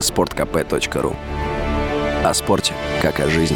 sportkp.ru. О спорте, как о жизни.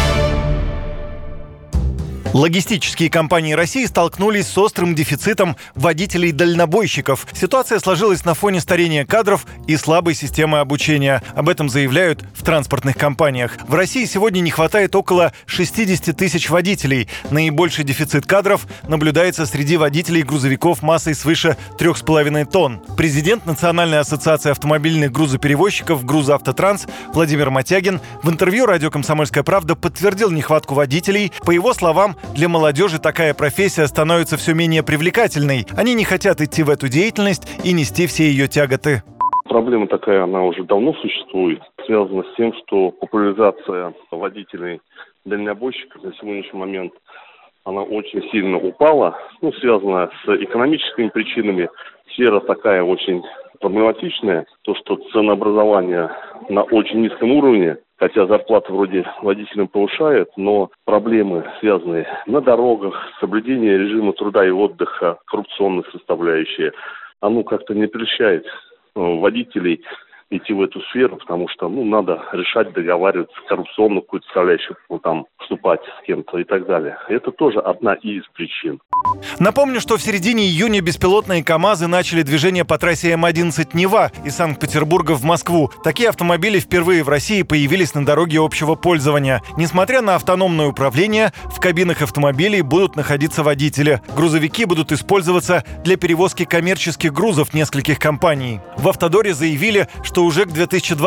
Логистические компании России столкнулись с острым дефицитом водителей-дальнобойщиков. Ситуация сложилась на фоне старения кадров и слабой системы обучения. Об этом заявляют в транспортных компаниях. В России сегодня не хватает около 60 тысяч водителей. Наибольший дефицит кадров наблюдается среди водителей грузовиков массой свыше 3,5 тонн. Президент Национальной ассоциации автомобильных грузоперевозчиков «Грузавтотранс» Владимир Матягин в интервью радио «Комсомольская правда» подтвердил нехватку водителей. По его словам, для молодежи такая профессия становится все менее привлекательной. Они не хотят идти в эту деятельность и нести все ее тяготы. Проблема такая, она уже давно существует, связана с тем, что популяризация водителей-дальнобойщиков на сегодняшний момент она очень сильно упала, связана с экономическими причинами. Сфера такая очень проблематичная, то, что ценообразование на очень низком уровне, хотя зарплата вроде водителям повышает, но проблемы, связанные на дорогах, соблюдение режима труда и отдыха, коррупционные составляющие, оно как-то не прельщает водителей идти в эту сферу, потому что надо решать, договариваться, коррупционную какую-то составляющую, вступать с кем-то и так далее. Это тоже одна из причин. Напомню, что в середине июня беспилотные КАМАЗы начали движение по трассе М-11 Нева из Санкт-Петербурга в Москву. Такие автомобили впервые в России появились на дороге общего пользования. Несмотря на автономное управление, в кабинах автомобилей будут находиться водители. Грузовики будут использоваться для перевозки коммерческих грузов нескольких компаний. В «Автодоре» заявили, что уже к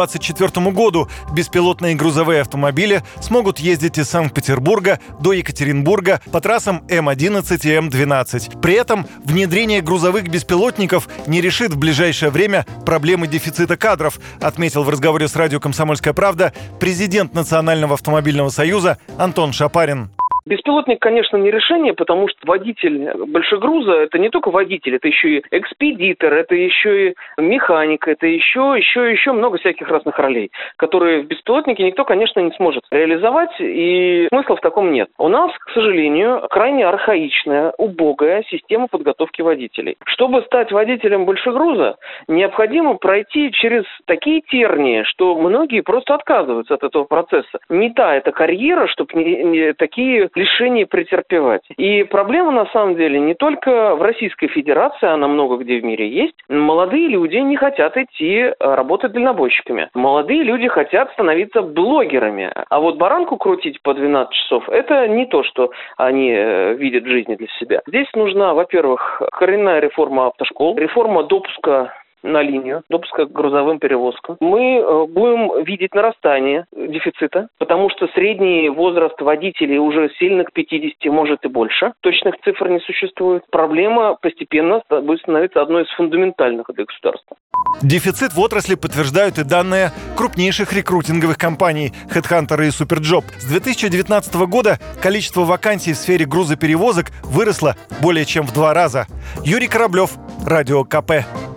2024 году беспилотные грузовые автомобили смогут ездить из Санкт-Петербурга до Екатеринбурга по трассам М-11 и М-12. При этом внедрение грузовых беспилотников не решит в ближайшее время проблемы дефицита кадров, отметил в разговоре с радио «Комсомольская правда» президент Национального автомобильного союза Антон Шапарин. Беспилотник, конечно, не решение, потому что водитель большегруза – это не только водитель, это еще и экспедитор, это еще и механик, это еще много всяких разных ролей, которые в беспилотнике никто, конечно, не сможет реализовать, и смысла в таком нет. У нас, к сожалению, крайне архаичная, убогая система подготовки водителей. Чтобы стать водителем большегруза, необходимо пройти через такие тернии, что многие просто отказываются от этого процесса. Не та эта карьера, чтобы не такие лишения претерпевать. И проблема, на самом деле, не только в Российской Федерации, она много где в мире есть. Молодые люди не хотят идти работать дальнобойщиками. Молодые люди хотят становиться блогерами. А вот баранку крутить по 12 часов – это не то, что они видят в жизни для себя. Здесь нужна, во-первых, коренная реформа автошкол, реформа допуска на линию, допуска к грузовым перевозкам. Мы будем видеть нарастание дефицита, потому что средний возраст водителей уже сильно к 50, может и больше. Точных цифр не существует. Проблема постепенно будет становиться одной из фундаментальных для государства. Дефицит в отрасли подтверждают и данные крупнейших рекрутинговых компаний HeadHunter и Superjob. С 2019 года количество вакансий в сфере грузоперевозок выросло более чем в 2 раза. Юрий Кораблев, Радио КП.